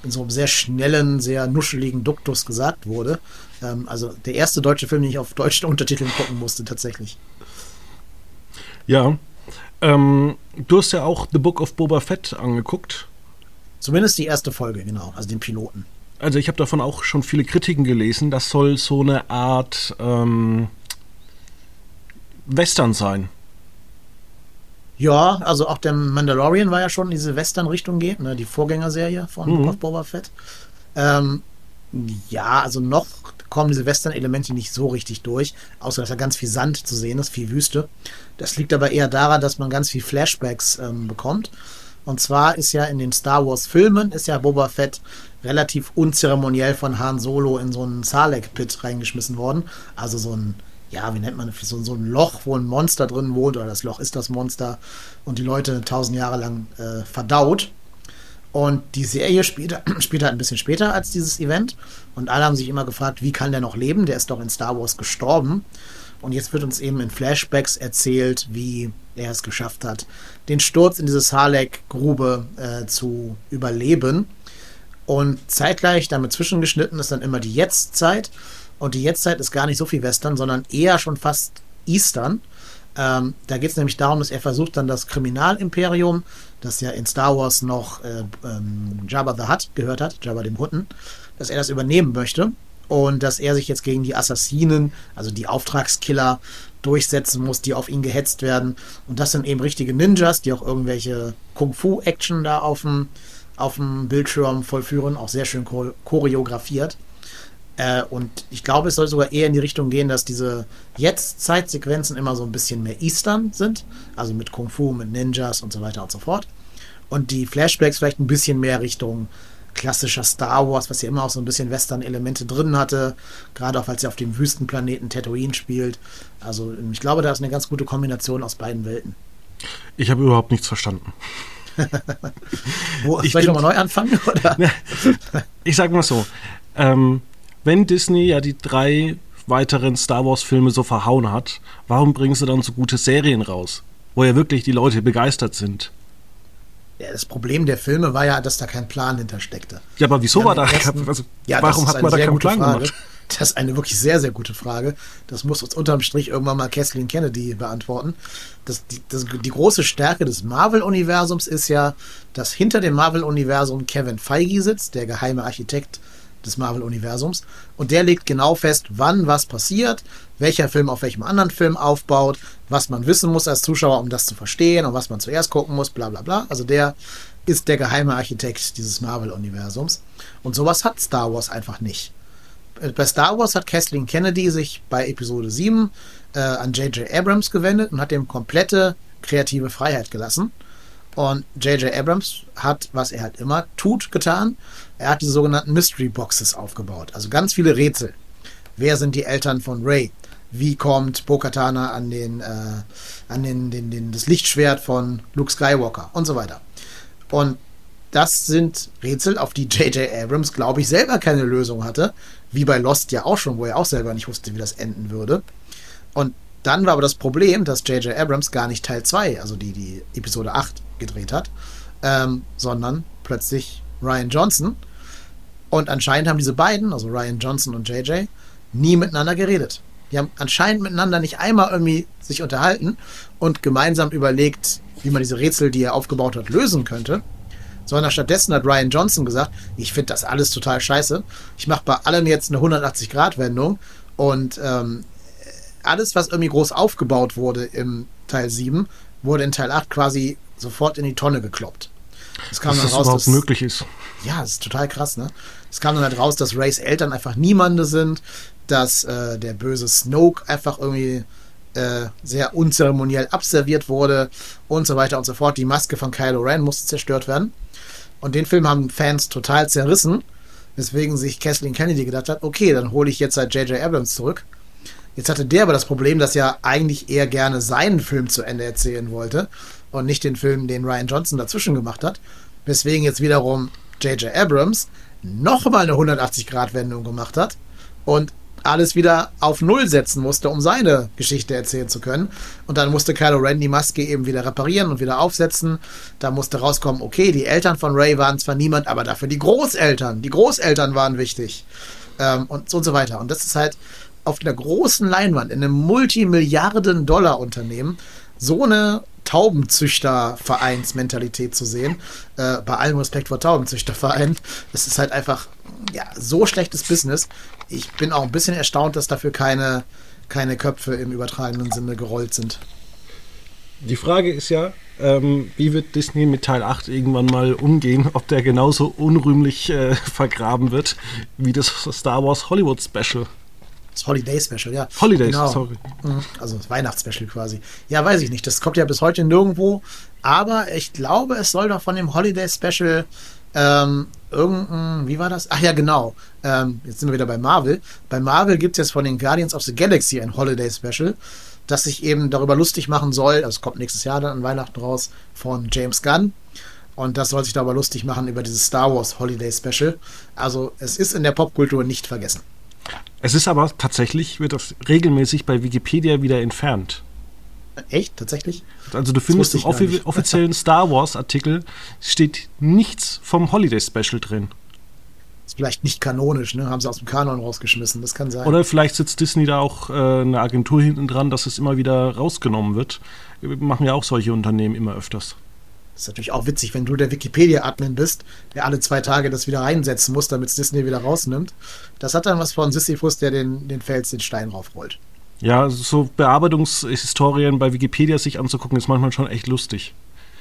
in so einem sehr schnellen, sehr nuscheligen Duktus gesagt wurde. Ähm, also der erste deutsche Film, den ich auf deutschen Untertiteln gucken musste, tatsächlich. Ja. Ähm, du hast ja auch The Book of Boba Fett angeguckt. Zumindest die erste Folge, genau, also den Piloten. Also ich habe davon auch schon viele Kritiken gelesen. Das soll so eine Art ähm, Western sein. Ja, also auch der Mandalorian war ja schon in diese Western-Richtung geht, ne, die Vorgängerserie von Mhm. Book of Boba Fett. Ähm, ja, also noch kommen diese Western-Elemente nicht so richtig durch, außer dass da ganz viel Sand zu sehen ist, viel Wüste. Das liegt aber eher daran, dass man ganz viel Flashbacks ähm, bekommt. Und zwar ist ja in den Star Wars-Filmen ist ja Boba Fett relativ unzeremoniell von Han Solo in so einen Sarlacc-Pit reingeschmissen worden. Also so ein, ja, wie nennt man das? So, so ein Loch, wo ein Monster drin wohnt, oder das Loch ist das Monster und die Leute tausend Jahre lang äh, verdaut. Und die Serie spielt, spielt halt ein bisschen später als dieses Event. Und alle haben sich immer gefragt, wie kann der noch leben? Der ist doch in Star Wars gestorben. Und jetzt wird uns eben in Flashbacks erzählt, wie er es geschafft hat, den Sturz in diese Sarlacc-Grube äh, zu überleben. Und zeitgleich damit zwischengeschnitten ist dann immer die Jetztzeit. Und die Jetztzeit ist gar nicht so viel Western, sondern eher schon fast Eastern. Ähm, da geht es nämlich darum, dass er versucht dann das Kriminalimperium, das ja in Star Wars noch äh, ähm, Jabba the Hutt gehört hat, Jabba dem Hutten, dass er das übernehmen möchte und dass er sich jetzt gegen die Assassinen, also die Auftragskiller, durchsetzen muss, die auf ihn gehetzt werden. Und das sind eben richtige Ninjas, die auch irgendwelche Kung-Fu-Action da auf dem, auf dem Bildschirm vollführen, auch sehr schön choreografiert. Äh, und ich glaube, es soll sogar eher in die Richtung gehen, dass diese Jetzt-Zeitsequenzen immer so ein bisschen mehr Eastern sind, also mit Kung-Fu, mit Ninjas und so weiter und so fort. Und die Flashbacks vielleicht ein bisschen mehr Richtung klassischer Star Wars, was ja immer auch so ein bisschen Western-Elemente drin hatte, gerade auch, weil es ja auf dem Wüstenplaneten Tatooine spielt. Also ich glaube, da ist eine ganz gute Kombination aus beiden Welten. Ich habe überhaupt nichts verstanden. Wo, Ich soll ich bin- nochmal neu anfangen? Oder? Ich sage mal so, ähm, wenn Disney ja die drei weiteren Star Wars-Filme so verhauen hat, warum bringen sie dann so gute Serien raus, wo ja wirklich die Leute begeistert sind? Ja, das Problem der Filme war ja, dass da kein Plan hinter steckte. Ja, aber wieso Ja, war da, den ersten- also, Ja, warum das ist hat man da eine sehr keinen gute Plan Frage. gemacht? Das ist eine wirklich sehr, sehr gute Frage. Das muss uns unterm Strich irgendwann mal Kathleen Kennedy beantworten. Das, die, das, die große Stärke des Marvel-Universums ist ja, dass hinter dem Marvel-Universum Kevin Feige sitzt, der geheime Architekt des Marvel-Universums. Und der legt genau fest, wann was passiert, welcher Film auf welchem anderen Film aufbaut, was man wissen muss als Zuschauer, um das zu verstehen und was man zuerst gucken muss, bla bla bla. Also der ist der geheime Architekt dieses Marvel-Universums. Und sowas hat Star Wars einfach nicht. Bei Star Wars hat Kathleen Kennedy sich bei Episode sieben äh, an J J Abrams gewendet und hat dem komplette kreative Freiheit gelassen. Und J J Abrams hat, was er halt immer tut, getan. Er hat diese sogenannten Mystery Boxes aufgebaut. Also ganz viele Rätsel. Wer sind die Eltern von Rey? Wie kommt Bo-Katan an, den, äh, an den, den, den, das Lichtschwert von Luke Skywalker? Und so weiter. Und das sind Rätsel, auf die J J Abrams, glaube ich, selber keine Lösung hatte. Wie bei Lost ja auch schon, wo er auch selber nicht wusste, wie das enden würde. Und dann war aber das Problem, dass J J Abrams gar nicht Teil zwei, also die, die Episode acht gedreht hat, ähm, sondern plötzlich Rian Johnson. Und anscheinend haben diese beiden, also Rian Johnson und J J, nie miteinander geredet. Die haben anscheinend miteinander nicht einmal irgendwie sich unterhalten und gemeinsam überlegt, wie man diese Rätsel, die er aufgebaut hat, lösen könnte. Sondern stattdessen hat Rian Johnson gesagt, ich finde das alles total scheiße. Ich mache bei allen jetzt eine hundertachtzig-Grad-Wendung und ähm, alles, was irgendwie groß aufgebaut wurde im Teil sieben, wurde in Teil acht quasi sofort in die Tonne gekloppt. Es kam Dass dann das raus, überhaupt dass, möglich ist. ja, das ist total krass, ne? Es kam dann halt raus, dass Reys Eltern einfach Niemande sind, dass äh, der böse Snoke einfach irgendwie äh, sehr unzeremoniell abserviert wurde und so weiter und so fort. Die Maske von Kylo Ren musste zerstört werden. Und den Film haben Fans total zerrissen, weswegen sich Kathleen Kennedy gedacht hat, okay, dann hole ich jetzt halt J J Abrams zurück. Jetzt hatte der aber das Problem, dass er eigentlich eher gerne seinen Film zu Ende erzählen wollte und nicht den Film, den Rian Johnson dazwischen gemacht hat, weswegen jetzt wiederum J J Abrams nochmal eine hundertachtzig-Grad-Wendung gemacht hat und alles wieder auf Null setzen musste, um seine Geschichte erzählen zu können. Und dann musste Kylo Ren die Maske eben wieder reparieren und wieder aufsetzen. Da musste rauskommen, okay, die Eltern von Rey waren zwar niemand, aber dafür die Großeltern. Die Großeltern waren wichtig. Ähm, und so und so weiter. Und das ist halt auf einer großen Leinwand in einem Multimilliarden-Dollar-Unternehmen so eine Taubenzüchtervereinsmentalität zu sehen. Äh, bei allem Respekt vor Taubenzüchtervereinen. Es ist halt einfach ja, so schlechtes Business. Ich bin auch ein bisschen erstaunt, dass dafür keine, keine Köpfe im übertragenen Sinne gerollt sind. Die Frage ist ja, ähm, wie wird Disney mit Teil acht irgendwann mal umgehen, ob der genauso unrühmlich äh, vergraben wird wie das Star Wars Hollywood Special. Das Holiday Special, ja. Holidays, genau. sorry. Also das Weihnachtsspecial quasi. Ja, weiß ich nicht. Das kommt ja bis heute nirgendwo. Aber ich glaube, es soll doch von dem Holiday Special ähm, irgendein, wie war das? Ach ja, genau. Ähm, jetzt sind wir wieder bei Marvel. Bei Marvel gibt es jetzt von den Guardians of the Galaxy ein Holiday Special, das sich eben darüber lustig machen soll. Also es kommt nächstes Jahr dann an Weihnachten raus von James Gunn. Und das soll sich darüber lustig machen über dieses Star Wars Holiday Special. Also es ist in der Popkultur nicht vergessen. Es ist aber tatsächlich, wird das regelmäßig bei Wikipedia wieder entfernt. Echt? Tatsächlich? Also du findest im offi- offiziellen Star Wars Artikel steht nichts vom Holiday Special drin. Ist vielleicht nicht kanonisch, ne? Haben sie aus dem Kanon rausgeschmissen, das kann sein. Oder vielleicht sitzt Disney da auch äh, eine Agentur hinten dran, dass es immer wieder rausgenommen wird. Wir machen ja auch solche Unternehmen immer öfters. Das ist natürlich auch witzig, wenn du der Wikipedia-Admin bist, der alle zwei Tage das wieder reinsetzen muss, damit es Disney wieder rausnimmt. Das hat dann was von Sisyphus, der den, den Fels, den Stein raufrollt. Ja, so Bearbeitungshistorien bei Wikipedia sich anzugucken, ist manchmal schon echt lustig.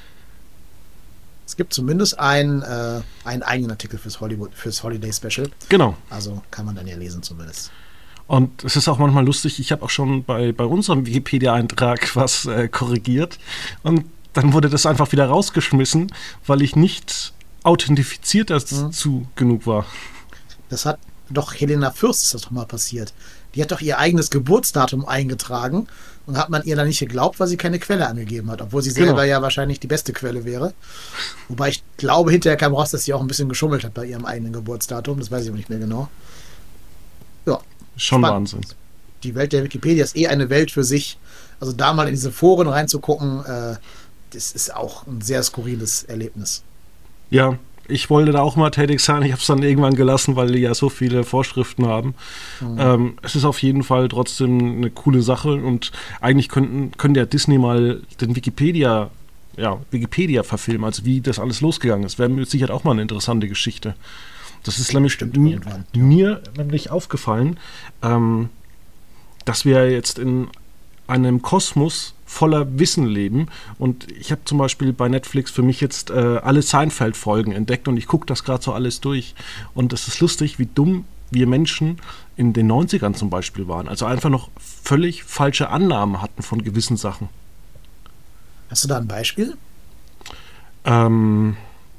Es gibt zumindest ein, äh, einen eigenen Artikel fürs, Hollywood, fürs Holiday Special. Genau. Also kann man dann ja lesen zumindest. Und es ist auch manchmal lustig, ich habe auch schon bei, bei unserem Wikipedia-Eintrag was äh, korrigiert und dann wurde das einfach wieder rausgeschmissen, weil ich nicht authentifiziert dazu mhm. genug war. Das hat doch Helena Fürst ist das doch mal passiert. Die hat doch ihr eigenes Geburtsdatum eingetragen und hat man ihr dann nicht geglaubt, weil sie keine Quelle angegeben hat, obwohl sie selber genau. ja wahrscheinlich die beste Quelle wäre. Wobei ich glaube, hinterher kam raus, dass sie auch ein bisschen geschummelt hat bei ihrem eigenen Geburtsdatum. Das weiß ich aber nicht mehr genau. Ja. Schon spannend. Wahnsinn. Die Welt der Wikipedia ist eh eine Welt für sich. Also da mal in diese Foren reinzugucken, äh, das ist auch ein sehr skurriles Erlebnis. Ja, ich wollte da auch mal tätig sein. Ich habe es dann irgendwann gelassen, weil die ja so viele Vorschriften haben. Mhm. Ähm, es ist auf jeden Fall trotzdem eine coole Sache und eigentlich könnten, könnte ja Disney mal den Wikipedia, ja, Wikipedia verfilmen, also wie das alles losgegangen ist. Wäre mit Sicherheit auch mal eine interessante Geschichte. Das ist nämlich mir, mir nämlich aufgefallen, ähm, dass wir jetzt in einem Kosmos voller Wissen leben und ich habe zum Beispiel bei Netflix für mich jetzt äh, alle Seinfeld-Folgen entdeckt und ich gucke das gerade so alles durch und es ist lustig, wie dumm wir Menschen in den neunzigern zum Beispiel waren, also einfach noch völlig falsche Annahmen hatten von gewissen Sachen. Hast du da ein Beispiel? Ähm,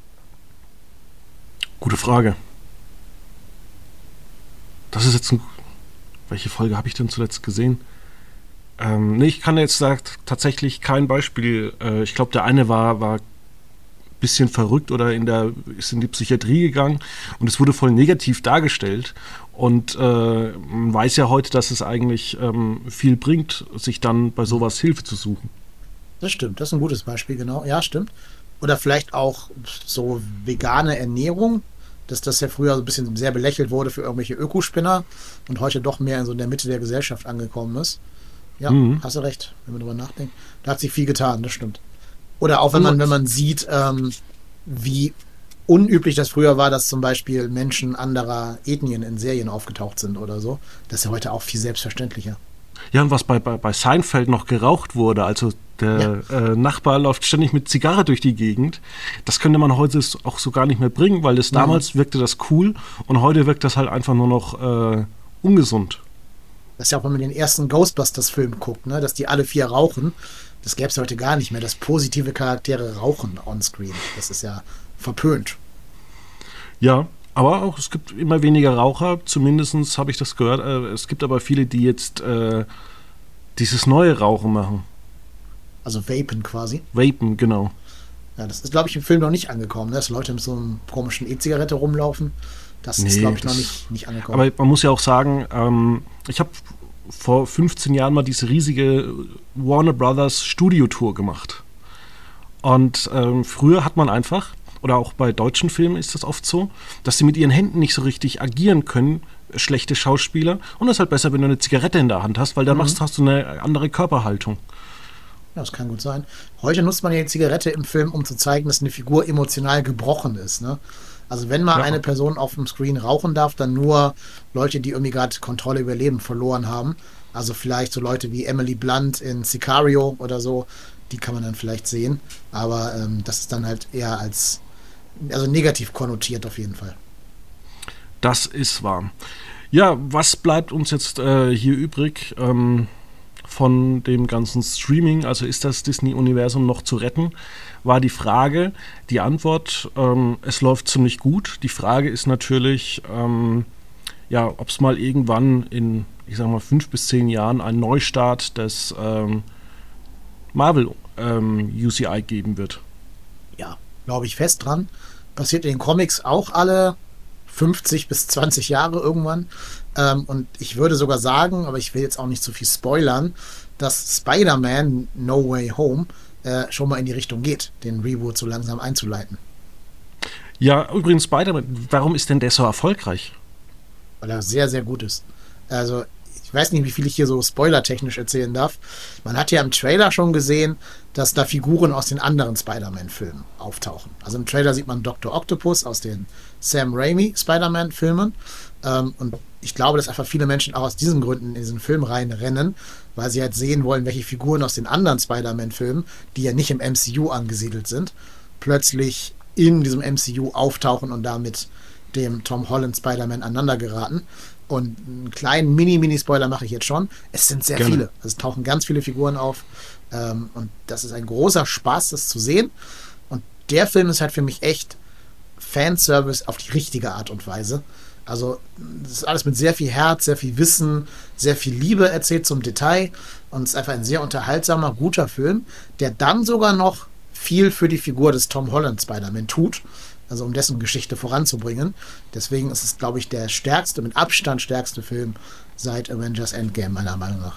gute Frage. Das ist jetzt ein... Welche Folge habe ich denn zuletzt gesehen? Ähm, nee, ich kann jetzt sagt, tatsächlich kein Beispiel. Äh, ich glaube, der eine war, war ein bisschen verrückt oder in der, ist in die Psychiatrie gegangen und es wurde voll negativ dargestellt. Und äh, man weiß ja heute, dass es eigentlich ähm, viel bringt, sich dann bei sowas Hilfe zu suchen. Das stimmt, das ist ein gutes Beispiel, genau. Ja, stimmt. Oder vielleicht auch so vegane Ernährung, dass das ja früher so ein bisschen sehr belächelt wurde für irgendwelche Ökospinner und heute doch mehr in so der Mitte der Gesellschaft angekommen ist. Ja, mhm. Hast du recht, wenn man drüber nachdenkt. Da hat sich viel getan, das stimmt. Oder auch wenn man, wenn man sieht, ähm, wie unüblich das früher war, dass zum Beispiel Menschen anderer Ethnien in Serien aufgetaucht sind oder so. Das ist ja heute auch viel selbstverständlicher. Ja, und was bei, bei, bei Seinfeld noch geraucht wurde, also der ja. äh, Nachbar läuft ständig mit Zigarre durch die Gegend, das könnte man heute auch so gar nicht mehr bringen, weil das mhm. damals wirkte das cool und heute wirkt das halt einfach nur noch äh, ungesund. Das ist ja auch, wenn man den ersten Ghostbusters-Film guckt, ne, dass die alle vier rauchen, das gäbe es heute gar nicht mehr, dass positive Charaktere rauchen on-screen. Das ist ja verpönt. Ja, aber auch es gibt immer weniger Raucher, zumindest habe ich das gehört. Äh, es gibt aber viele, die jetzt äh, dieses neue Rauchen machen. Also Vapen quasi? Vapen, genau. Ja, das ist, glaube ich, im Film noch nicht angekommen, ne? Dass Leute mit so einem komischen E-Zigarette rumlaufen. Das nee, ist, glaube ich, das, noch nicht, nicht angekommen. Aber man muss ja auch sagen, ähm, ich habe vor fünfzehn Jahren mal diese riesige Warner Brothers Studio-Tour gemacht. Und ähm, früher hat man einfach, oder auch bei deutschen Filmen ist das oft so, dass sie mit ihren Händen nicht so richtig agieren können, schlechte Schauspieler. Und es ist halt besser, wenn du eine Zigarette in der Hand hast, weil dann mhm. machst, hast du eine andere Körperhaltung. Ja, das kann gut sein. Heute nutzt man ja die Zigarette im Film, um zu zeigen, dass eine Figur emotional gebrochen ist. Ne? Also wenn mal ja. eine Person auf dem Screen rauchen darf, dann nur Leute, die irgendwie gerade Kontrolle über ihr Leben verloren haben. Also vielleicht so Leute wie Emily Blunt in Sicario oder so, die kann man dann vielleicht sehen. Aber ähm, das ist dann halt eher als, also negativ konnotiert auf jeden Fall. Das ist wahr. Ja, was bleibt uns jetzt äh, hier übrig ähm, von dem ganzen Streaming? Also ist das Disney-Universum noch zu retten? War die Frage. Die Antwort, ähm, es läuft ziemlich gut. Die Frage ist natürlich, ähm, ja, ob es mal irgendwann in, ich sag mal, fünf bis zehn Jahren einen Neustart des ähm, Marvel ähm, U C I geben wird. Ja, glaube ich fest dran. Passiert in den Comics auch alle fünfzig bis zwanzig Jahre irgendwann. Ähm, und ich würde sogar sagen, aber ich will jetzt auch nicht zu viel spoilern, dass Spider-Man No Way Home äh, schon mal in die Richtung geht, den Reboot so langsam einzuleiten. Ja, übrigens Spider-Man, warum ist denn der so erfolgreich? Weil er sehr, sehr gut ist. Also ich weiß nicht, wie viel ich hier so spoilertechnisch erzählen darf. Man hat ja im Trailer schon gesehen, dass da Figuren aus den anderen Spider-Man-Filmen auftauchen. Also im Trailer sieht man Doktor Octopus aus den Sam Raimi Spider-Man-Filmen. Ähm, und ich glaube, dass einfach viele Menschen auch aus diesen Gründen in diesen Film reinrennen, weil sie halt sehen wollen, welche Figuren aus den anderen Spider-Man-Filmen, die ja nicht im M C U angesiedelt sind, plötzlich in diesem M C U auftauchen und damit dem Tom Holland Spider-Man aneinander geraten. Und einen kleinen Mini-Mini-Spoiler mache ich jetzt schon. Es sind sehr Gerne. viele. Es tauchen ganz viele Figuren auf. Ähm, und das ist ein großer Spaß, das zu sehen. Und der Film ist halt für mich echt Fanservice auf die richtige Art und Weise. Also das ist alles mit sehr viel Herz, sehr viel Wissen, sehr viel Liebe erzählt zum Detail. Und es ist einfach ein sehr unterhaltsamer, guter Film, der dann sogar noch viel für die Figur des Tom Holland Spider-Man tut. Also um dessen Geschichte voranzubringen. Deswegen ist es, glaube ich, der stärkste, mit Abstand stärkste Film seit Avengers Endgame, meiner Meinung nach.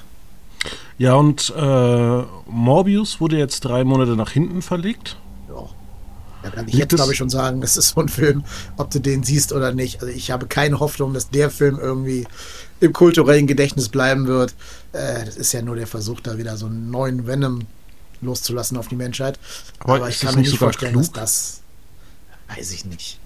Ja, und äh, Morbius wurde jetzt drei Monate nach hinten verlegt. Ja. Da kann ich Liegt jetzt, glaube ich, schon sagen, das ist so ein Film, ob du den siehst oder nicht. Also ich habe keine Hoffnung, dass der Film irgendwie im kulturellen Gedächtnis bleiben wird. Äh, das ist ja nur der Versuch, da wieder so einen neuen Venom loszulassen auf die Menschheit. Aber, Aber ich kann mir nicht vorstellen, klug? dass das weiß ich nicht.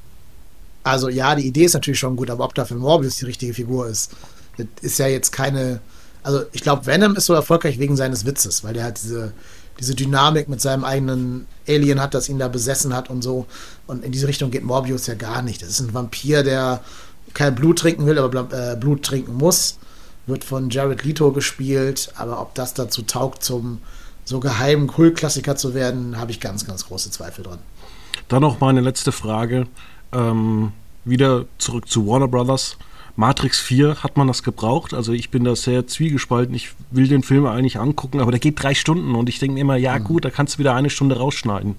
Also ja, die Idee ist natürlich schon gut, aber ob dafür Morbius die richtige Figur ist, das ist ja jetzt keine. Also ich glaube, Venom ist so erfolgreich wegen seines Witzes, weil der halt diese, diese Dynamik mit seinem eigenen Alien hat, das ihn da besessen hat und so. Und in diese Richtung geht Morbius ja gar nicht. Das ist ein Vampir, der kein Blut trinken will, aber äh, Blut trinken muss. Wird von Jared Leto gespielt, aber ob das dazu taugt, zum so geheimen Kultklassiker zu werden, habe ich ganz, ganz große Zweifel dran. Dann noch meine letzte Frage. Ähm, wieder zurück zu Warner Brothers. Matrix vier, hat man das gebraucht? Also ich bin da sehr zwiegespalten. Ich will den Film eigentlich angucken, aber der geht drei Stunden und ich denke mir immer, ja mhm. gut, da kannst du wieder eine Stunde rausschneiden.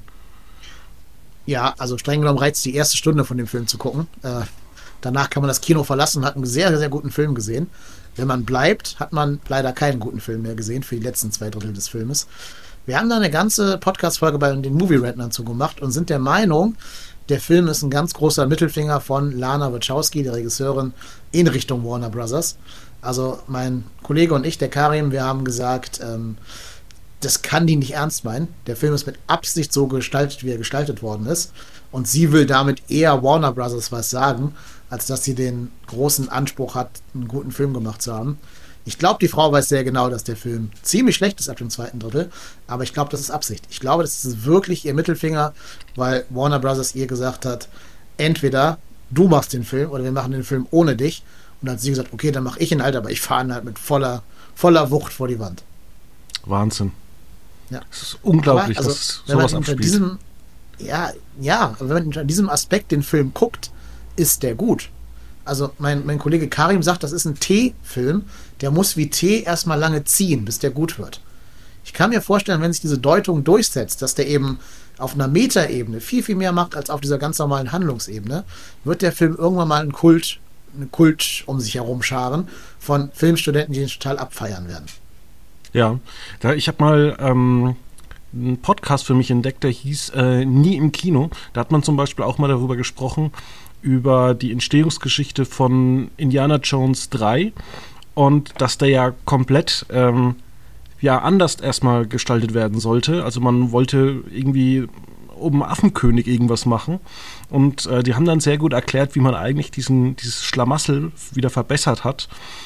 Ja, also streng genommen reizt die erste Stunde von dem Film zu gucken. Äh, danach kann man das Kino verlassen, hat einen sehr, sehr guten Film gesehen. Wenn man bleibt, hat man leider keinen guten Film mehr gesehen für die letzten zwei Drittel des Filmes. Wir haben da eine ganze Podcast-Folge bei den Movie-Rentnern zu gemacht und sind der Meinung, der Film ist ein ganz großer Mittelfinger von Lana Wachowski, der Regisseurin, in Richtung Warner Brothers. Also mein Kollege und ich, der Karim, wir haben gesagt, ähm, das kann die nicht ernst meinen. Der Film ist mit Absicht so gestaltet, wie er gestaltet worden ist. Und sie will damit eher Warner Brothers was sagen, als dass sie den großen Anspruch hat, einen guten Film gemacht zu haben. Ich glaube, die Frau weiß sehr genau, dass der Film ziemlich schlecht ist ab dem zweiten Drittel, aber ich glaube, das ist Absicht. Ich glaube, das ist wirklich ihr Mittelfinger, weil Warner Brothers ihr gesagt hat, entweder du machst den Film oder wir machen den Film ohne dich. Und dann hat sie gesagt, okay, dann mache ich ihn halt, aber ich fahre ihn halt mit voller, voller Wucht vor die Wand. Wahnsinn. Ja. Es ist unglaublich, aber, also, dass sowas abspielt. Diesem, ja, ja, aber wenn man unter diesem Aspekt den Film guckt, ist der gut. Also mein, mein Kollege Karim sagt, das ist ein Tee-Film, der muss wie Tee erstmal lange ziehen, bis der gut wird. Ich kann mir vorstellen, wenn sich diese Deutung durchsetzt, dass der eben auf einer Metaebene viel, viel mehr macht als auf dieser ganz normalen Handlungsebene, wird der Film irgendwann mal einen Kult, einen Kult um sich herum scharen von Filmstudenten, die ihn total abfeiern werden. Ja, da, ich habe mal ähm, einen Podcast für mich entdeckt, der hieß äh, Nie im Kino. Da hat man zum Beispiel auch mal darüber gesprochen, über die Entstehungsgeschichte von Indiana Jones drei und dass der ja komplett ähm, ja, anders erstmal gestaltet werden sollte. Also man wollte irgendwie um Affenkönig irgendwas machen und äh, die haben dann sehr gut erklärt, wie man eigentlich diesen, dieses Schlamassel wieder verbessert hat.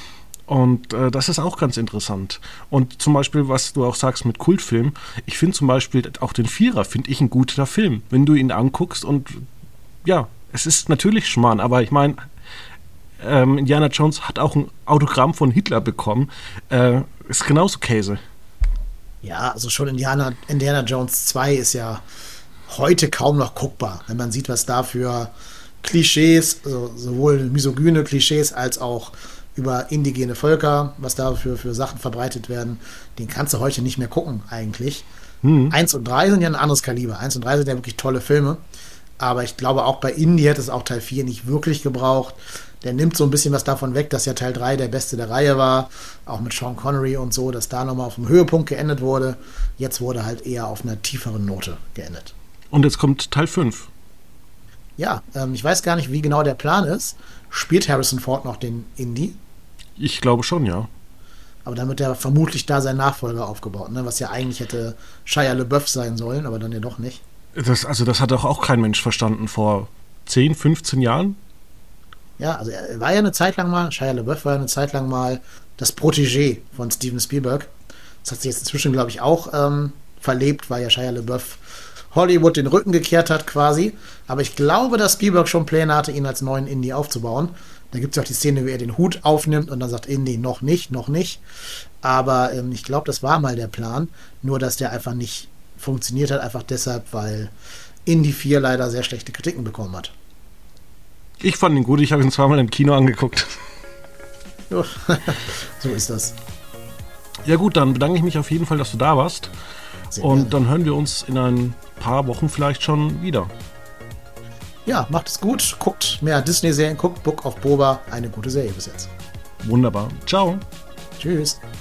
Und äh, das ist auch ganz interessant. Und zum Beispiel, was du auch sagst mit Kultfilmen, ich finde zum Beispiel auch den Vierer, finde ich ein guter Film, wenn du ihn anguckst und ja, es ist natürlich Schmarrn, aber ich meine, ähm, Indiana Jones hat auch ein Autogramm von Hitler bekommen, äh, ist genauso Käse. Ja, also schon Indiana, Indiana Jones zwei ist ja heute kaum noch guckbar, wenn man sieht, was da für Klischees, also sowohl misogyne Klischees als auch über indigene Völker, was da für, für Sachen verbreitet werden, den kannst du heute nicht mehr gucken eigentlich. Hm. eins und drei sind ja ein anderes Kaliber. eins und drei sind ja wirklich tolle Filme. Aber ich glaube, auch bei Indy hätte es auch Teil vier nicht wirklich gebraucht. Der nimmt so ein bisschen was davon weg, dass ja Teil drei der beste der Reihe war. Auch mit Sean Connery und so, dass da nochmal auf dem Höhepunkt geendet wurde. Jetzt wurde halt eher auf einer tieferen Note geendet. Und jetzt kommt Teil fünf. Ja, ähm, ich weiß gar nicht, wie genau der Plan ist. Spielt Harrison Ford noch den Indy? Ich glaube schon, ja. Aber dann wird er vermutlich da sein Nachfolger aufgebaut, ne? Was ja eigentlich hätte Shia LaBeouf sein sollen, aber dann ja doch nicht. Das, also das hat doch auch kein Mensch verstanden vor zehn, fünfzehn Jahren. Ja, also er war ja eine Zeit lang mal, Shia LaBeouf war ja eine Zeit lang mal das Protégé von Steven Spielberg. Das hat sich jetzt inzwischen, glaube ich, auch ähm, verlebt, weil ja Shia LaBeouf Hollywood den Rücken gekehrt hat quasi. Aber ich glaube, dass Spielberg schon Pläne hatte, ihn als neuen Indie aufzubauen. Da gibt es ja auch die Szene, wie er den Hut aufnimmt und dann sagt Indy, noch nicht, noch nicht. Aber ähm, ich glaube, das war mal der Plan. Nur, dass der einfach nicht funktioniert hat, einfach deshalb, weil Indy vier leider sehr schlechte Kritiken bekommen hat. Ich fand ihn gut, ich habe ihn zweimal im Kino angeguckt. So ist das. Ja gut, dann bedanke ich mich auf jeden Fall, dass du da warst. Sehr und gerne. Dann hören wir uns in ein paar Wochen vielleicht schon wieder. Ja, macht es gut, guckt mehr Disney-Serien, guckt Book of Boba, eine gute Serie bis jetzt. Wunderbar. Ciao. Tschüss.